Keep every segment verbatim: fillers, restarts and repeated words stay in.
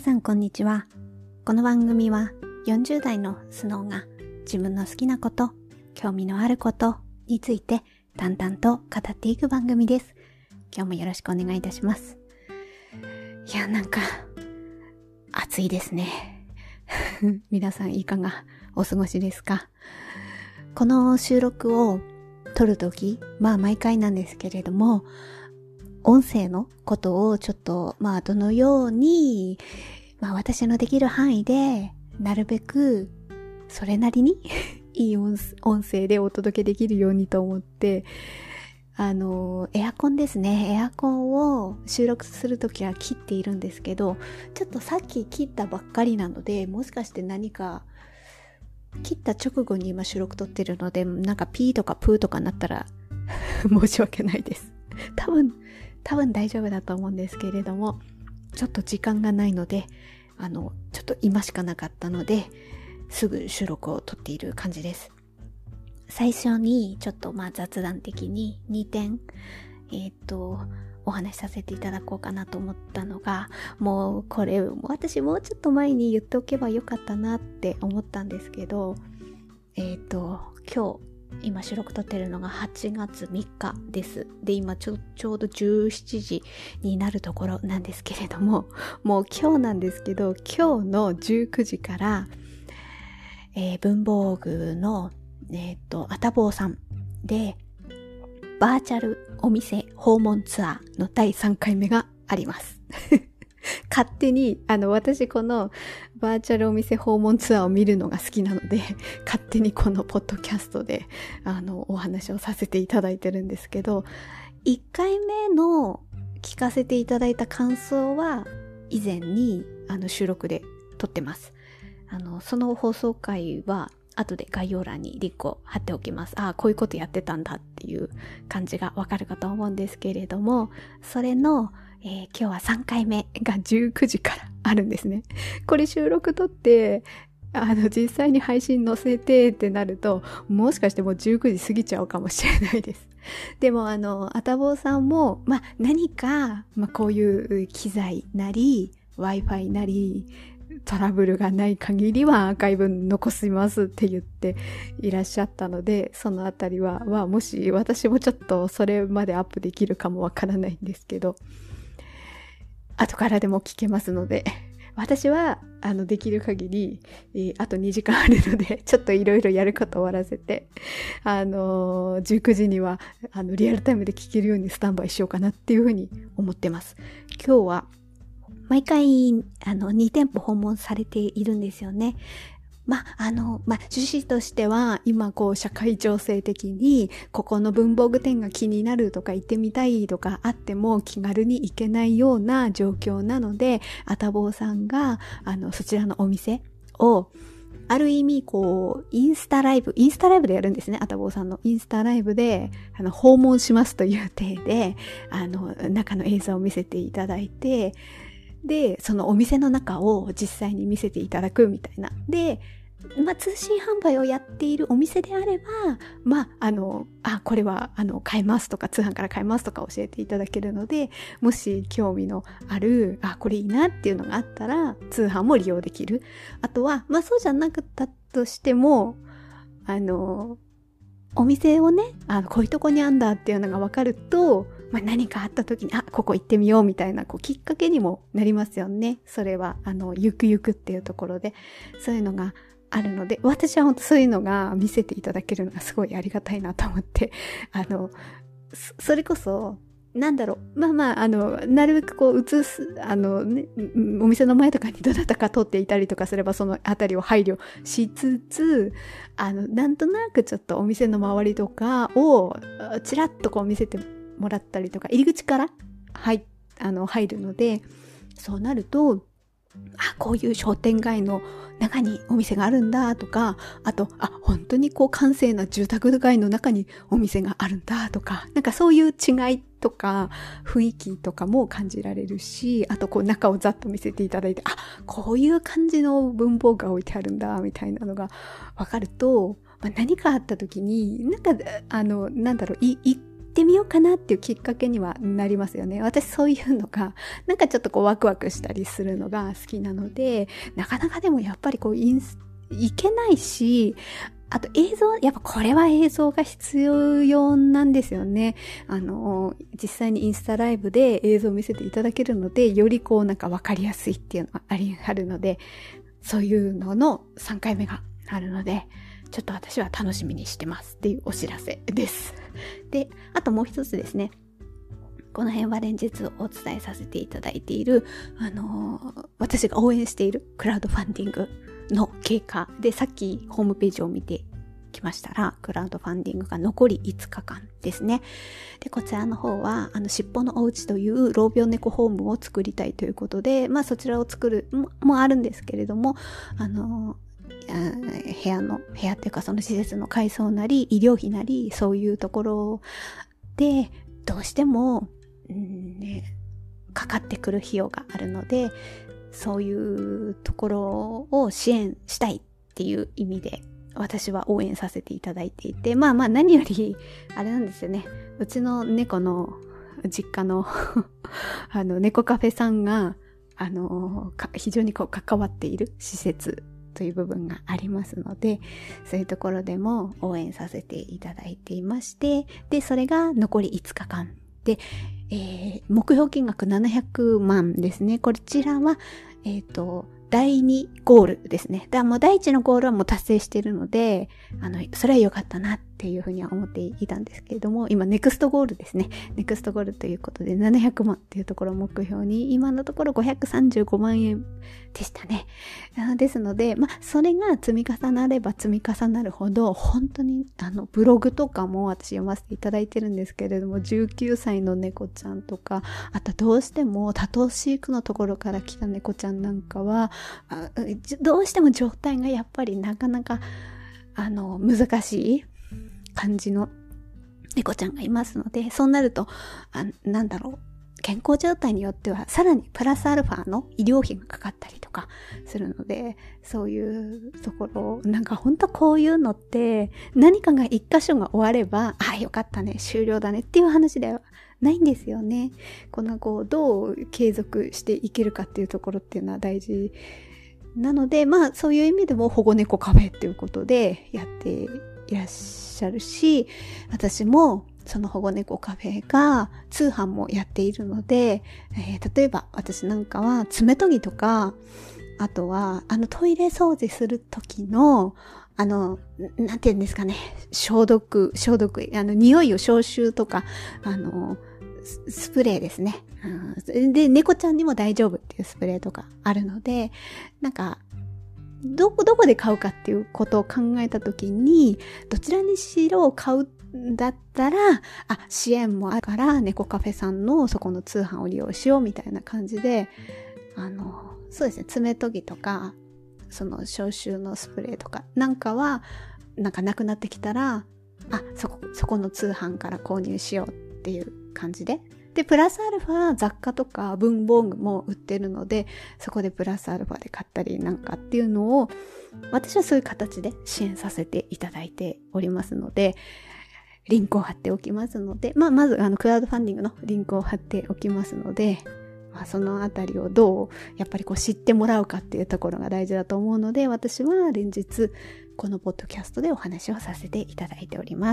さんこんにちは。この番組はよんじゅう代のスノーが自分の好きなこと、興味のあることについて淡々と語っていく番組です。今日もよろしくお願いいたします。いや、なんか暑いですね。皆さんいかがお過ごしですか？この収録を撮るとき、まあ毎回なんですけれども、音声のことをちょっと、まあどのように、まあ私のできる範囲で、なるべくそれなりにいい音声でお届けできるようにと思って、あの、エアコンですね。エアコンを収録するときは切っているんですけど、ちょっとさっき切ったばっかりなので、もしかして何か、切った直後に今収録撮ってるので、なんかピーとかプーとかなったら申し訳ないです。多分、多分大丈夫だと思うんですけれども、ちょっと時間がないので、あの、ちょっと今しかなかったので、すぐ収録を撮っている感じです。最初にちょっとまあ雑談的ににてん、えっと、お話しさせていただこうかなと思ったのが、もうこれ、私もうちょっと前に言っておけばよかったなって思ったんですけど、えっと、今日、今収録撮ってるのがはちがつみっかです。で、今ちょ、ちょうどじゅうしちじになるところなんですけれども、もう今日なんですけど、今日のじゅうくじから、えー、文房具の、えっと、あたぼうさんで、バーチャルお店訪問ツアーのだいさんかいめがあります。勝手に、あの、私このバーチャルお店訪問ツアーを見るのが好きなので、勝手にこのポッドキャストで、あの、お話をさせていただいてるんですけど、いっかいめの聞かせていただいた感想は、以前に、あの、収録で撮ってます。あの、その放送回は、後で概要欄にリンクを貼っておきます。ああ、こういうことやってたんだっていう感じがわかるかと思うんですけれども、それの、えー、今日はさんかいめがじゅうくじからあるんですね。これ収録撮って、あの、実際に配信載せてってなると、もしかしてもうじゅうくじ過ぎちゃうかもしれないです。でも、あの、あたぼうさんも、まあ、何か、まあ、こういう機材なり、Wi-Fi なり、トラブルがない限りはアーカイブ残しますって言っていらっしゃったので、そのあたりは、まあ、もし私もちょっとそれまでアップできるかもわからないんですけど、後からでも聞けますので、私はあのできる限り、えー、あとにじかんあるので、ちょっといろいろやること終わらせて、あのー、じゅうくじにはあのリアルタイムで聞けるようにスタンバイしようかなっていうふうに思ってます。今日は毎回あのにてんぽ訪問されているんですよね。まあ、あの、まあ、趣旨としては、今こう社会情勢的に、ここの文房具店が気になるとか行ってみたいとかあっても気軽に行けないような状況なので、あたぼうさんが、あの、そちらのお店を、ある意味、こう、インスタライブ、インスタライブでやるんですね。あたぼうさんのインスタライブで、あの、訪問しますという体で、あの、中の映像を見せていただいて、で、そのお店の中を実際に見せていただくみたいな。で、まあ、通信販売をやっているお店であれば、まあ、あの、あ、これは、あの、買えますとか、通販から買えますとか教えていただけるので、もし興味のある、あ、これいいなっていうのがあったら、通販も利用できる。あとは、まあ、そうじゃなかったとしても、あの、お店をね、あの、こういうとこにあんだっていうのが分かると、まあ、何かあった時に、あ、ここ行ってみようみたいな、こう、きっかけにもなりますよね。それは、あの、ゆくゆくっていうところで、そういうのがあるので、私は本当そういうのが見せていただけるのがすごいありがたいなと思って、あの、それこそ、なんだろう、まあまあ、あの、なるべくこう、映す、あのね、お店の前とかにどなたか通っていたりとかすれば、そのあたりを配慮しつつ、あの、なんとなくちょっとお店の周りとかを、ちらっとこう見せてもらったりとか、入り口から入、あの、入るので、そうなると、あ、こういう商店街の中にお店があるんだとか、あと、あ、本当にこう閑静な住宅街の中にお店があるんだとか、なんかそういう違いとか雰囲気とかも感じられるし、あとこう中をざっと見せていただいて、あ、こういう感じの文房具が置いてあるんだみたいなのがわかると、まあ、何かあった時に、なんか、あの、なんだろう、い、一ってみようかなっていうきっかけにはなりますよね。私そういうのがなんかちょっとこうワクワクしたりするのが好きなので、なかなかでもやっぱりこうインスいけないし、あと映像、やっぱこれは映像が必要なんですよね。あの、実際にインスタライブで映像を見せていただけるので、よりこうなんかわかりやすいっていうのがあり、あるので、そういうののさんかいめがあるので、ちょっと私は楽しみにしてますっていうお知らせです。で、あともう一つですね。この辺は連日お伝えさせていただいている、あのー、私が応援しているクラウドファンディングの経過で、さっきホームページを見てきましたら、クラウドファンディングが残りいつかかんですね。で、こちらの方は、あの、しっぽのおうちという老病猫ホームを作りたいということで、まあそちらを作るも、もあるんですけれども、あのー、部屋の、部屋っていうかその施設の改装なり、医療費なり、そういうところで、どうしても、うんね、かかってくる費用があるので、そういうところを支援したいっていう意味で私は応援させていただいていて、まあまあ何よりあれなんですよね。うちの猫の実家のあの猫カフェさんがあの非常にこう関わっている施設という部分がありますので、そういうところでも応援させていただいていまして、でそれが残りいつかかんで、えー、目標金額ななひゃくまんですね。こちらは、えっと、だいにゴールですね。だからもうだいいちのゴールはもう達成しているので、あの、それは良かったなっていうふうには思っていたんですけれども、今ネクストゴールですね。ネクストゴールということでななひゃくまんっていうところを目標に、今のところごひゃくさんじゅうごまんえんでしたね。ですので、まあ、それが積み重なれば積み重なるほど、本当に、あの、ブログとかも私読ませていただいてるんですけれども、じゅうきゅうさいの猫ちゃんとか、あとどうしても多頭飼育のところから来た猫ちゃんなんかは、あどうしても状態がやっぱりなかなか、あの、難しい感じの猫ちゃんがいますので、そうなると、あなんだろう、健康状態によってはさらにプラスアルファの医療費がかかったりとかするので、そういうところ、なんか本当こういうのって何かが一箇所が終われば、ああよかったね、終了だねっていう話ではないんですよね。このこうどう継続していけるかっていうところっていうのは大事なので、まあそういう意味でも保護猫カフェっていうことでやっていらっしゃるし、私もその保護猫カフェが通販もやっているので、えー、例えば私なんかは爪研ぎとか、あとはあのトイレ掃除する時のあのなんていうんですかね、消毒消毒あの匂いを消臭とか、あのスプレーですね、うん、で猫ちゃんにも大丈夫っていうスプレーとかあるので、なんかどこどこで買うかっていうことを考えたときに、どちらにしろ買うんだったら、あ、支援もあるから猫カフェさんのそこの通販を利用しようみたいな感じで、あのそうですね、爪研ぎとかその消臭のスプレーとかなんかはなんかなくなってきたら、あ、そこそこの通販から購入しようっていう感じで、でプラスアルファ雑貨とか文房具も売ってるので、そこでプラスアルファで買ったりなんかっていうのを私はそういう形で支援させていただいておりますので、リンクを貼っておきますので、まあまずあのクラウドファンディングのリンクを貼っておきますので、まあ、そのあたりをどうやっぱりこう知ってもらうかっていうところが大事だと思うので、私は連日このポッドキャストでお話をさせていただいております。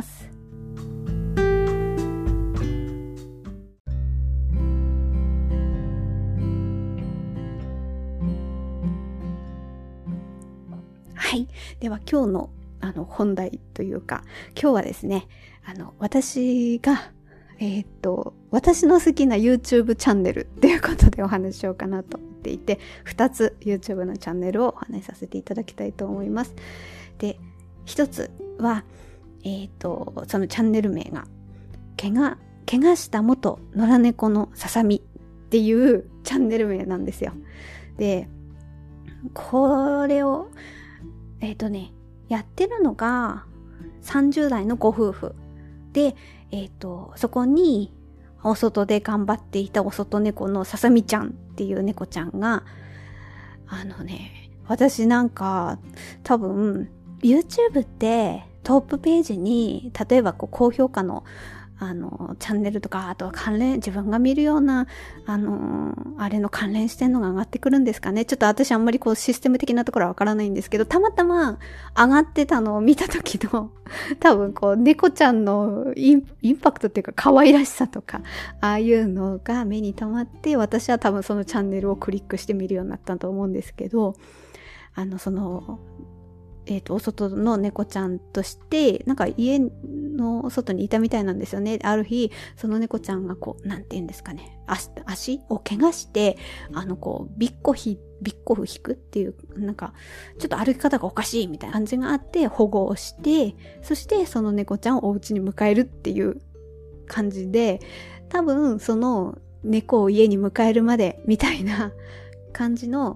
はい。では今日のあの本題というか、今日はですね、あの私がえー、っと私の好きな YouTube チャンネルっていうことでお話ししようかなと思っていて、ふたつ YouTube のチャンネルをお話しさせていただきたいと思います。で、ひとつはえー、っとそのチャンネル名が怪我怪我した元野良猫のささみっていうチャンネル名なんですよ。で、これをえっとね、やってるのがさんじゅう代のご夫婦で、えっと、そこにお外で頑張っていたお外猫のささみちゃんっていう猫ちゃんが、あのね、私なんか多分 YouTube ってトップページに例えばこう高評価のあの、チャンネルとか、あとは関連、自分が見るような、あの、あれの関連してんのが上がってくるんですかね。ちょっと私あんまりこうシステム的なところはわからないんですけど、たまたま上がってたのを見た時の、多分こう、猫ちゃんのイン、インパクトっていうか可愛らしさとか、ああいうのが目に留まって、私は多分そのチャンネルをクリックして見るようになったと思うんですけど、あの、その、えっと、お外の猫ちゃんとして、なんか家の外にいたみたいなんですよね。ある日、その猫ちゃんがこう、なんて言うんですかね、足、足を怪我して、あの、こう、ビッコヒ、ビッコフ引くっていう、なんか、ちょっと歩き方がおかしいみたいな感じがあって、保護をして、そしてその猫ちゃんをお家に迎えるっていう感じで、多分、その猫を家に迎えるまで、みたいな感じの、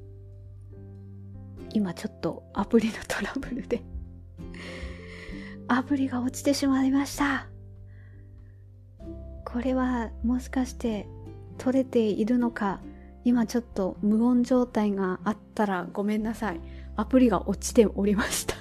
今ちょっとアプリのトラブルでアプリが落ちてしまいました。これはもしかして撮れているのか、今ちょっと無音状態があったらごめんなさい。アプリが落ちておりました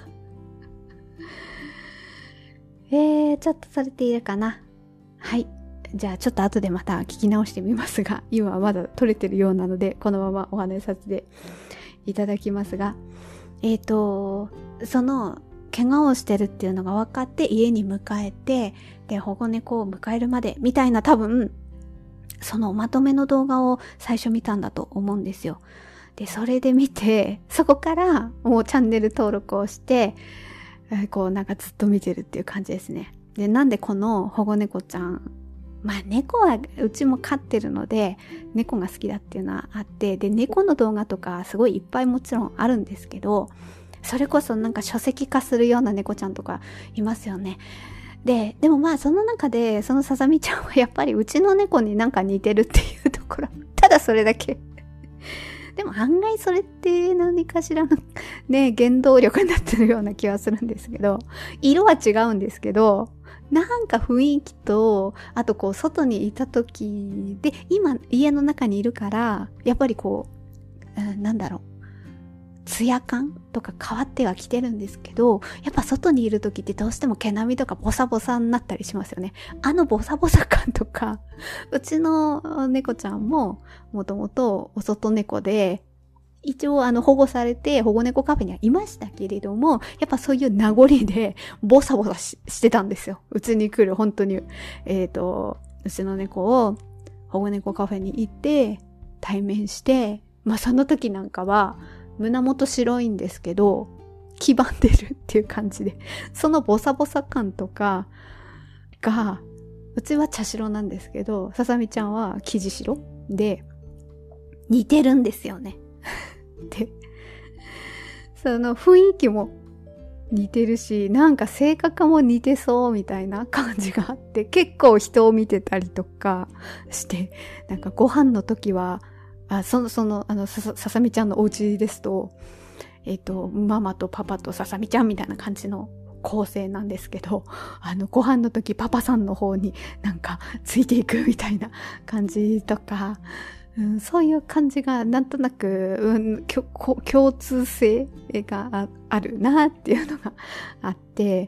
えー、ちょっと撮れているかな。はい。じゃあちょっと後でまた聞き直してみますが、今はまだ撮れてるようなので、このままお話しさせていただきますが、えっと、その、怪我をしてるっていうのが分かって家に迎えて、で、保護猫を迎えるまで、みたいな多分、そのまとめの動画を最初見たんだと思うんですよ。で、それで見て、そこからもうチャンネル登録をして、こうなんかずっと見てるっていう感じですね。で、なんでこの保護猫ちゃん、まあ猫はうちも飼ってるので猫が好きだっていうのはあって、で猫の動画とかすごいいっぱいもちろんあるんですけど、それこそなんか書籍化するような猫ちゃんとかいますよね。ででもまあその中でそのささみちゃんはやっぱりうちの猫になんか似てるっていうところ、ただそれだけでも案外それって何かしらのね原動力になってるような気はするんですけど、色は違うんですけど、なんか雰囲気と、あとこう外にいた時で、今家の中にいるから、やっぱりこう、うん、なんだろう、ツヤ感とか変わってはきてるんですけど、やっぱ外にいる時ってどうしても毛並みとかボサボサになったりしますよね。あのボサボサ感とか、うちの猫ちゃんももともとお外猫で、一応あの保護されて保護猫カフェにはいましたけれども、やっぱそういう名残でボサボサ し, してたんですよ。うちに来る本当に、えっと、うちの猫を保護猫カフェに行って対面して、まあその時なんかは胸元白いんですけど、黄ばんでるっていう感じで、そのボサボサ感とかが、うちは茶白なんですけど、ささみちゃんは生地白で似てるんですよね。で、その雰囲気も似てるし、なんか性格も似てそうみたいな感じがあって、結構人を見てたりとかして、なんかご飯の時は、あ、その、その、あの、ささ、ささみちゃんのお家ですと、えっと、ママとパパとささみちゃんみたいな感じの構成なんですけど、あの、ご飯の時パパさんの方になんかついていくみたいな感じとか、うん、そういう感じがなんとなく、うん、共通性が あ, あるなっていうのがあって、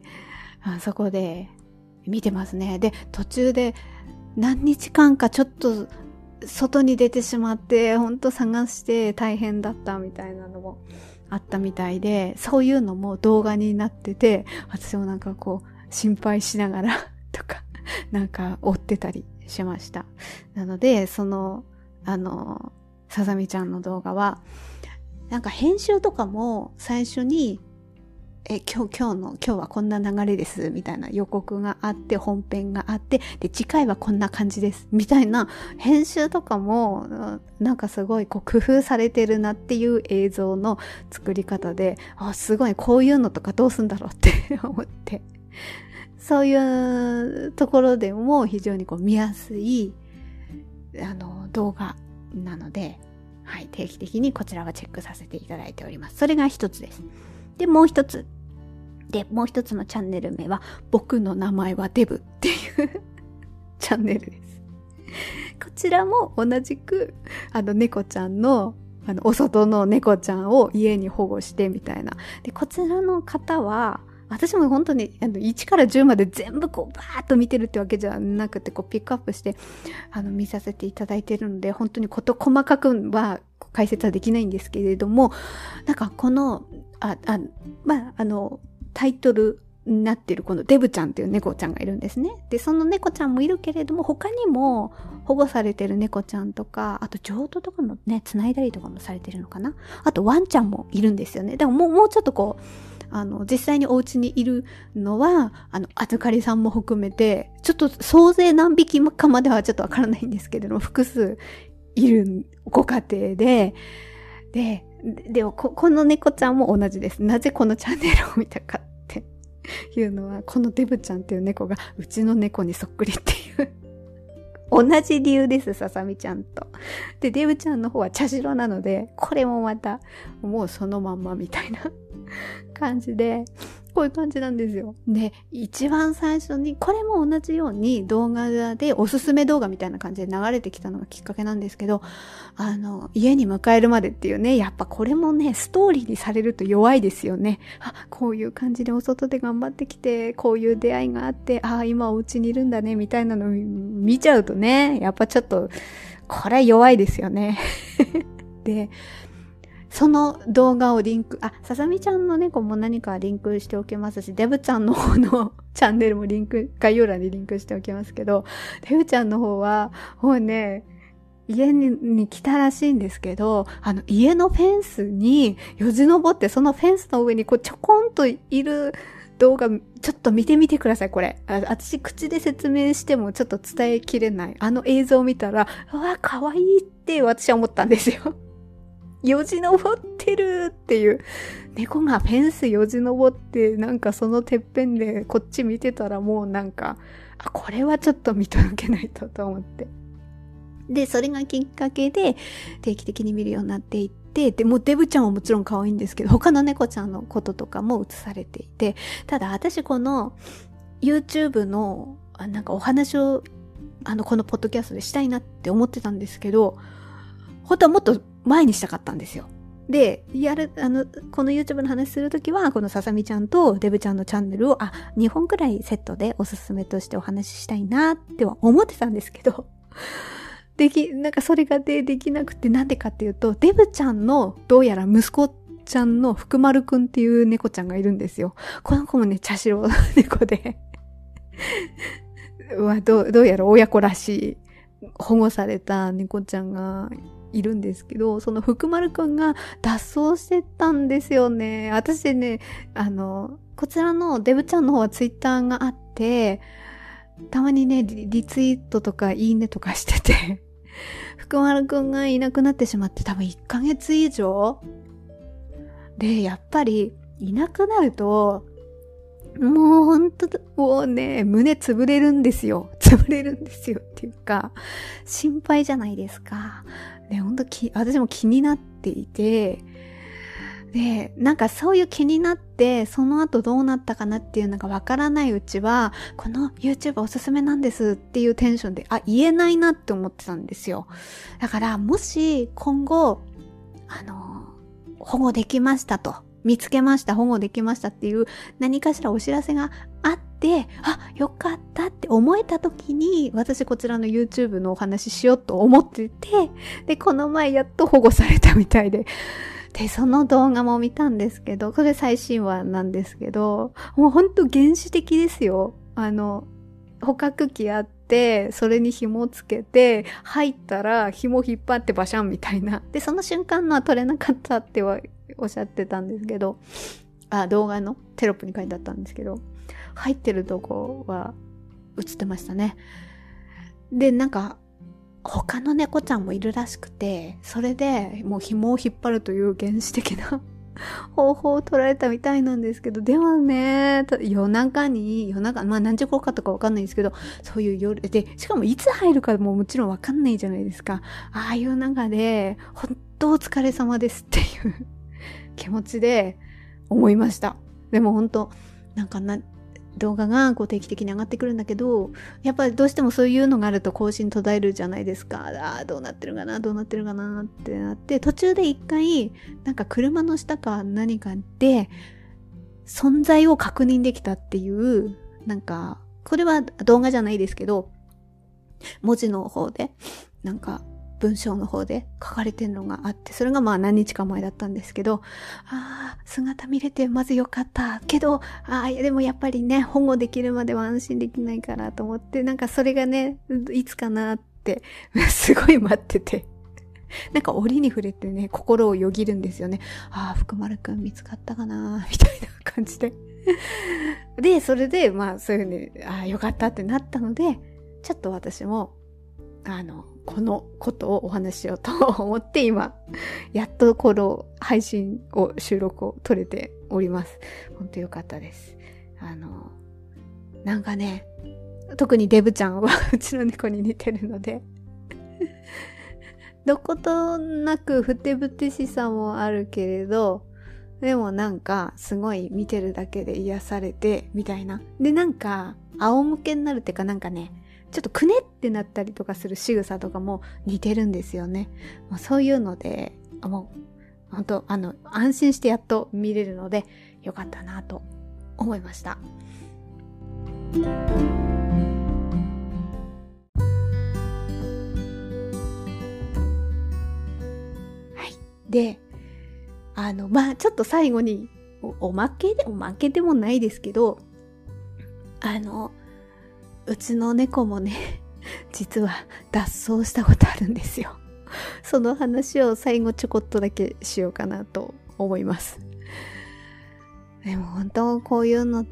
あそこで見てますね。で、途中で何日間かちょっと外に出てしまって、ほんと探して大変だったみたいなのもあったみたいで、そういうのも動画になってて、私もなんかこう心配しながらとか、なんか追ってたりしました。なので、その、あの、ささみちゃんの動画は、なんか編集とかも最初に、え、今日、今日の、今日はこんな流れです、みたいな予告があって、本編があって、で、次回はこんな感じです、みたいな編集とかも、なんかすごいこう工夫されてるなっていう映像の作り方で、あ、すごい、こういうのとかどうすんだろうって思って、そういうところでも非常にこう見やすい、あの動画なので、はい、定期的にこちらはチェックさせていただいております。それが一つです。で、もう一つ。で、もう一つのチャンネル名は、僕の名前はデブっていうチャンネルです。こちらも同じく、あの猫ちゃんの、あのお外の猫ちゃんを家に保護してみたいな。で、こちらの方は、 私も本当にあのいちからじゅうまで全部こうバーッと見てるってわけじゃなくて、こうピックアップしてあの見させていただいているので、本当に事細かくは解説はできないんですけれども、なんかこのああまああのタイトルになっているこのデブちゃんっていう猫ちゃんがいるんですね。でその猫ちゃんもいるけれども、他にも保護されてる猫ちゃんとか、あと譲渡とかもね繋いだりとかもされてるのかな。あとワンちゃんもいるんですよね。だからもうもうちょっとこうあの実際にお家にいるのはあの預かりさんも含めてちょっと総勢何匹かまではちょっとわからないんですけれども、複数いるご家庭でででも こ, この猫ちゃんも同じです。なぜこのチャンネルを見たかっていうのは、このデブちゃんっていう猫がうちの猫にそっくりっていう同じ理由です、ささみちゃんと。でデブちゃんの方は茶白なので、これもまたもうそのまんまみたいな感じで、こういう感じなんですよ。で一番最初にこれも同じように動画でおすすめ動画みたいな感じで流れてきたのがきっかけなんですけど、あの家に迎えるまでっていうね、やっぱこれもねストーリーにされると弱いですよね。あ、こういう感じでお外で頑張ってきて、こういう出会いがあって、あ、今お家にいるんだねみたいなのを見ちゃうとね、やっぱちょっとこれは弱いですよね。でその動画をリンク、あ、ささみちゃんの猫も何かリンクしておきますし、デブちゃんの方のチャンネルもリンク、概要欄にリンクしておきますけど、デブちゃんの方は、もうね、家 に, に来たらしいんですけど、あの家のフェンスによじ登って、そのフェンスの上にこうちょこんといる動画、ちょっと見てみてください、これ。あ、私口で説明してもちょっと伝えきれない。あの映像を見たら、うわ、かわいいって私は思ったんですよ。よじ登ってるっていう。猫がフェンスよじ登って、なんかそのてっぺんでこっち見てたらもうなんか、あ、これはちょっと見届けないとと思って。で、それがきっかけで定期的に見るようになっていって、で、もうデブちゃんはもちろん可愛いんですけど、他の猫ちゃんのこととかも映されていて、ただ私この YouTube のあなんかお話をあのこのポッドキャストでしたいなって思ってたんですけど、本当はもっと前にしたかったんですよ。で、やる、あの、この YouTube の話するときは、このささみちゃんとデブちゃんのチャンネルを、あ、にほんくらいセットでおすすめとしてお話ししたいなっては思ってたんですけど、でき、なんかそれがで、できなくて、なんでかっていうと、デブちゃんの、どうやら息子ちゃんの福丸くんっていう猫ちゃんがいるんですよ。この子もね、茶白猫で、うわ、どう、どうやら親子らしい、保護された猫ちゃんが、いるんですけど、その福丸くんが脱走してたんですよね。私ね、あの、こちらのデブちゃんの方はツイッターがあって、たまにね、リ, リツイートとかいいねとかしてて、福丸くんがいなくなってしまって多分いっかげつ以上で、やっぱりいなくなると、もうほんと、もうね、胸潰れるんですよ。潰れるんですよっていうか、心配じゃないですか。で、ほんとき、私も気になっていて、で、なんかそういう気になって、その後どうなったかなっていうのがわからないうちは、この YouTube おすすめなんですっていうテンションで、あ、言えないなって思ってたんですよ。だから、もし今後、あの、保護できましたと。見つけました、保護できましたっていう何かしらお知らせがあって、あ、よかったって思えた時に、私こちらの YouTube のお話ししようと思ってて、で、この前やっと保護されたみたいで、で、その動画も見たんですけど、これ最新話なんですけど、もうほんと原始的ですよ。あの、捕獲器あって、それに紐つけて、入ったら紐引っ張ってバシャンみたいな。で、その瞬間のは撮れなかったってはおっしゃってたんですけど、あ、動画のテロップに書いてあったんですけど、入ってるとこは映ってましたね。で、なんか、他の猫ちゃんもいるらしくて、それでもう紐を引っ張るという原始的な方法を取られたみたいなんですけど、でもね、夜中に、夜中、まあ何時頃かとかわかんないですけど、そういう夜で、しかもいつ入るかももちろんわかんないじゃないですか。ああいう中で、本当お疲れ様ですっていう気持ちで思いました。でも本当なんかな、動画がこう定期的に上がってくるんだけど、やっぱりどうしてもそういうのがあると更新途絶えるじゃないですか。ああ、どうなってるかな、どうなってるかなってなって、途中で一回、なんか車の下か何かで、 存在を確認できたっていう、なんか、これは動画じゃないですけど、文字の方で、なんか、文章の方で書かれてるのがあって、それがまあ何日か前だったんですけど、ああ、姿見れてまずよかった。けど、ああ、でもやっぱりね、保護できるまでは安心できないからと思って、なんかそれがね、いつかなって、すごい待ってて。なんか折に触れてね、心をよぎるんですよね。ああ、福丸くん見つかったかなみたいな感じで。で、それで、まあそういうふうに、ああ、よかったってなったので、ちょっと私も、あの、このことをお話ししようと思って今、やっとこの配信を、収録を撮れております。本当よかったです。あの、なんかね、特にデブちゃんはうちの猫に似てるので、どことなくふてぶてしさもあるけれど、でもなんかすごい見てるだけで癒されてみたいな。でなんか仰向けになるっていうかなんかね、ちょっとくねってなったりとかする仕草とかも似てるんですよね。まあ、そういうので、もう本当あの安心してやっと見れるのでよかったなと思いました。で、あの、まあちょっと最後にお、おまけで、おまけでもないですけど、あの、うちの猫もね、実は脱走したことあるんですよ。その話を最後ちょこっとだけしようかなと思います。でも本当こういうのって、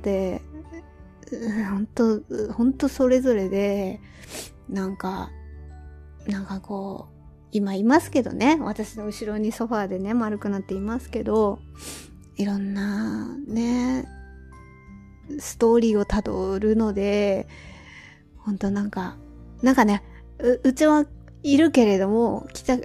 本当、本当それぞれで、なんか、なんかこう、今いますけどね、私の後ろにソファーでね丸くなっていますけど、いろんなねストーリーをたどるので、本当なんかなんかね う, うちはいるけれども来た、うん、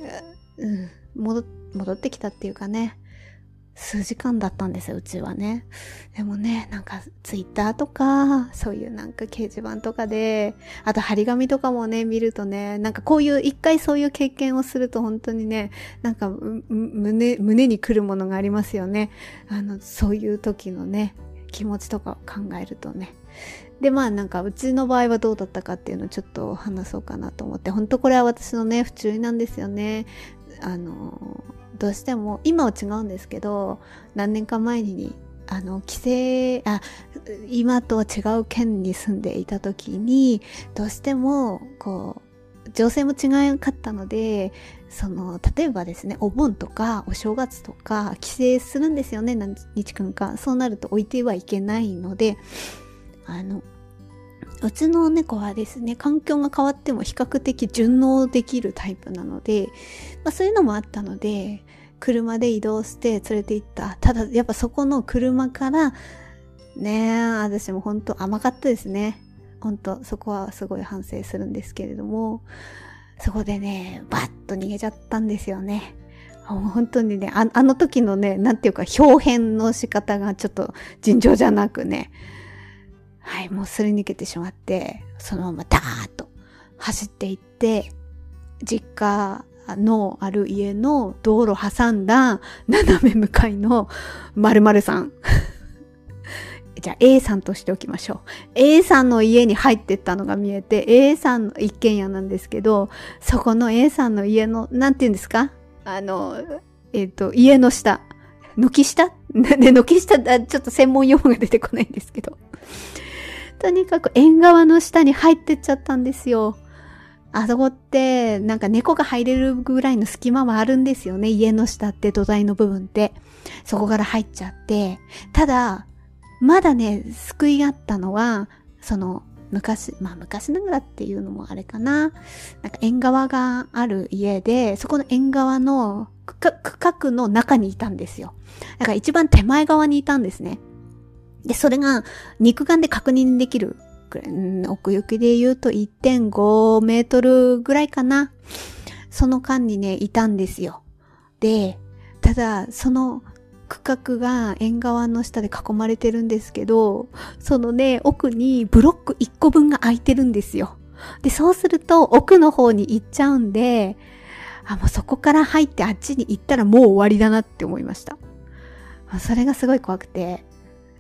戻, 戻ってきたっていうかね、数時間だったんですよ、うちはね。でもね、なんかツイッターとか、そういうなんか掲示板とかで、あと張り紙とかもね、見るとね、なんかこういう一回そういう経験をすると本当にね、なんか胸、胸に来るものがありますよね。あの、そういう時のね、気持ちとかを考えるとね。で、まあなんかうちの場合はどうだったかっていうのをちょっと話そうかなと思って、本当これは私のね、不注意なんですよね。あの、どうしても今は違うんですけど、何年か前にあの帰省あ今とは違う県に住んでいた時に、どうしてもこう情勢も違かったので、その例えばですね、お盆とかお正月とか帰省するんですよね、何日間か。そうなると置いてはいけないので、あのうちの猫はですね、環境が変わっても比較的順応できるタイプなので、まあそういうのもあったので、車で移動して連れて行った。ただやっぱそこの車からね、私も本当甘かったですね。本当そこはすごい反省するんですけれども、そこでね、バッと逃げちゃったんですよね。本当にね、あ, あの時のね、なんていうか表現の仕方がちょっと尋常じゃなくね、はい、もうすり抜けてしまって、そのままダーッと走っていって、実家のある家の道路挟んだ斜め向かいの〇〇さん。じゃあ A さんとしておきましょう。A さんの家に入ってったのが見えて、A さんの一軒家なんですけど、そこの A さんの家の、なんて言うんですか？あの、えっと、家の下。軒下ね、軒下、ちょっと専門用語が出てこないんですけど。とにかく縁側の下に入ってっちゃったんですよ。あそこってなんか猫が入れるぐらいの隙間はあるんですよね。家の下って土台の部分って。そこから入っちゃって。ただ、まだね、救いがあったのは、その昔、まあ昔ながらっていうのもあれかな。なんか縁側がある家で、そこの縁側の区画の中にいたんですよ。だから一番手前側にいたんですね。で、それが肉眼で確認できるくらい、奥行きで言うと いってんご メートルぐらいかな。その間にね、いたんですよ。で、ただ、その区画が縁側の下で囲まれてるんですけど、そのね、奥にブロックいっこぶんが空いてるんですよ。で、そうすると奥の方に行っちゃうんで、あ、もうそこから入ってあっちに行ったらもう終わりだなって思いました。それがすごい怖くて、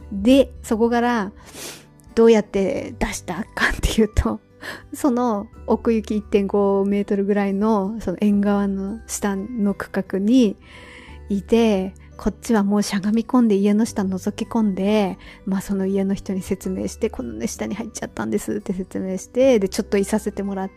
で、そこからどうやって出したかっていうと、その奥行き いってんごメートルぐらいのその縁側の下の区画にいて、こっちはもうしゃがみ込んで家の下覗き込んで、まあその家の人に説明して、このね下に入っちゃったんですって説明して、でちょっといさせてもらって、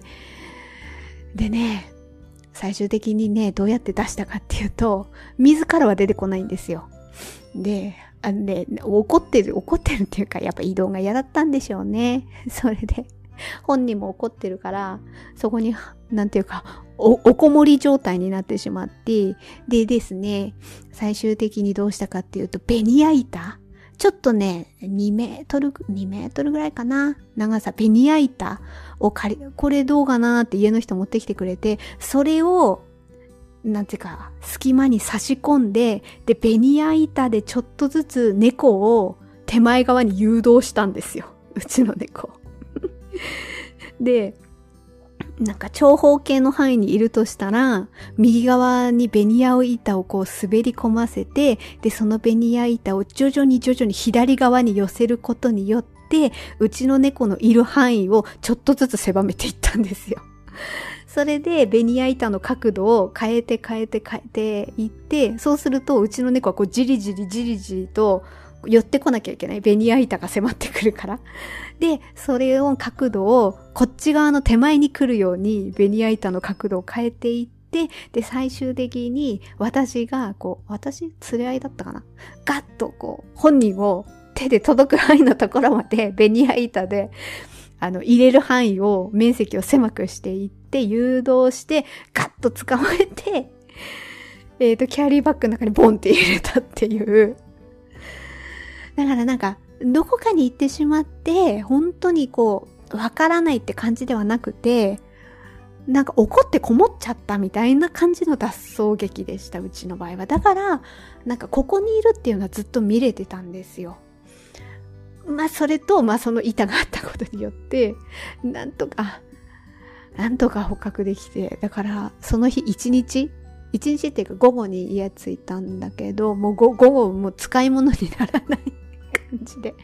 でね、最終的にね、どうやって出したかっていうと、自らは出てこないんですよ。で、あのね、怒ってる、怒ってるっていうか、やっぱ移動が嫌だったんでしょうね。それで、本人も怒ってるから、そこに、なんていうか、お、おこもり状態になってしまって、でですね、最終的にどうしたかっていうと、ベニヤ板ちょっとね、にメートル、にメートルぐらいかな長さ、ベニヤ板を借り、これどうかなって家の人持ってきてくれて、それを、なんていうか、隙間に差し込んで、で、ベニヤ板でちょっとずつ猫を手前側に誘導したんですよ。うちの猫。で、なんか長方形の範囲にいるとしたら、右側にベニヤ板をこう滑り込ませて、で、そのベニヤ板を徐々に徐々に左側に寄せることによって、うちの猫のいる範囲をちょっとずつ狭めていったんですよ。それで、ベニヤ板の角度を変えて変えて変えていって、そうすると、うちの猫はこうじりじりじりじりと寄ってこなきゃいけない。ベニヤ板が迫ってくるから。で、それを角度をこっち側の手前に来るように、ベニヤ板の角度を変えていって、で、最終的に私が、こう、私、連れ合いだったかな？ガッとこう、本人を手で届く範囲のところまで、ベニヤ板で、あの、入れる範囲を、面積を狭くしていって、誘導して、ガッと捕まえて、えっと、キャリーバッグの中にボンって入れたっていう。だからなんか、どこかに行ってしまって、本当にこう、わからないって感じではなくて、なんか怒ってこもっちゃったみたいな感じの脱走劇でした、うちの場合は。だから、なんかここにいるっていうのはずっと見れてたんですよ。まあ、それと、まあ、その板があったことによって、なんとか、なんとか捕獲できて、だから、その日一日、一日っていうか午後に家着いたんだけど、もう午後もう使い物にならない感じで。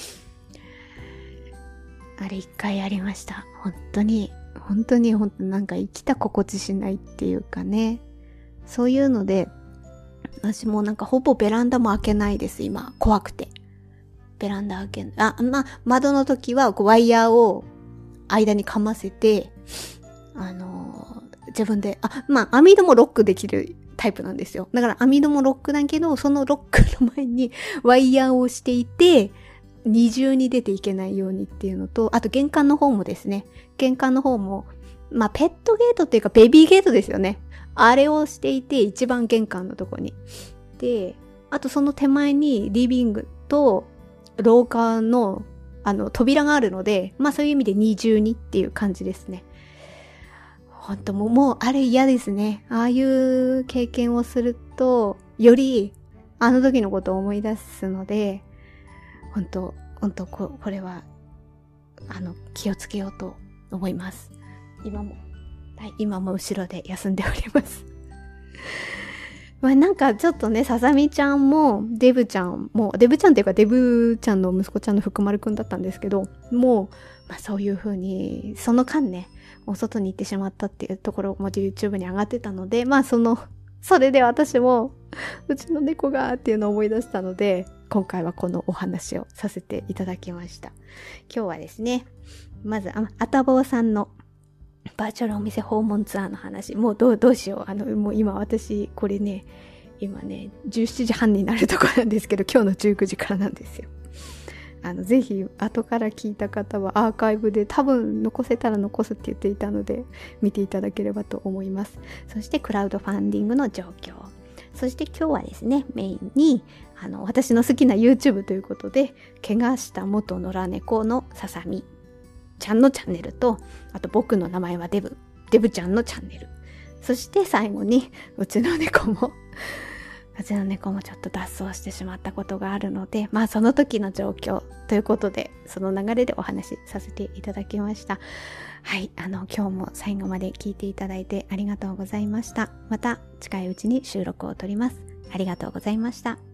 あれ一回ありました。本当に、本当に、本当なんか生きた心地しないっていうかね。そういうので、私もなんかほぼベランダも開けないです、今。怖くて。ベランダ開けん、あ、まあ、窓の時はこうワイヤーを間にかませて、あのー、自分で、あ、まあ、網戸もロックできるタイプなんですよ。だから網戸もロックだけど、そのロックの前にワイヤーをしていて、二重に出ていけないようにっていうのと、あと玄関の方もですね、玄関の方も、まあ、ペットゲートっていうかベビーゲートですよね。あれをしていて、一番玄関のとこに。で、あとその手前にリビングと、廊下の、あの、扉があるので、まあそういう意味で二重にっていう感じですね。ほんともう、もうあれ嫌ですね。ああいう経験をすると、より、あの時のことを思い出すので、ほんと、ほんとこ、これは、あの、気をつけようと思います。今も、はい、今も後ろで休んでおります。まあなんかちょっとね、ささみちゃんも、デブちゃんも、デブちゃんっていうかデブちゃんの息子ちゃんの福丸くんだったんですけど、もう、まあそういう風に、その間ね、お外に行ってしまったっていうところも YouTube に上がってたので、まあその、それで私も、うちの猫がっていうのを思い出したので、今回はこのお話をさせていただきました。今日はですね、まず、あ、あたぼうさんの、バーチャルお店訪問ツアーの話。もうどう、どうしよう。あの、もう今私、これね、今ね、じゅうしちじはんになるところなんですけど、今日のじゅうくじからなんですよ。あの、ぜひ、後から聞いた方はアーカイブで多分残せたら残すって言っていたので、見ていただければと思います。そして、クラウドファンディングの状況。そして今日はですね、メインに、あの、私の好きな YouTube ということで、怪我した元野良猫のささみちゃんのチャンネルと、あと僕の名前はデブ、デブちゃんのチャンネル。そして最後に、うちの猫も、うちの猫もちょっと脱走してしまったことがあるので、まあその時の状況ということで、その流れでお話しさせていただきました。はい、あの今日も最後まで聞いていただいてありがとうございました。また近いうちに収録を撮ります。ありがとうございました。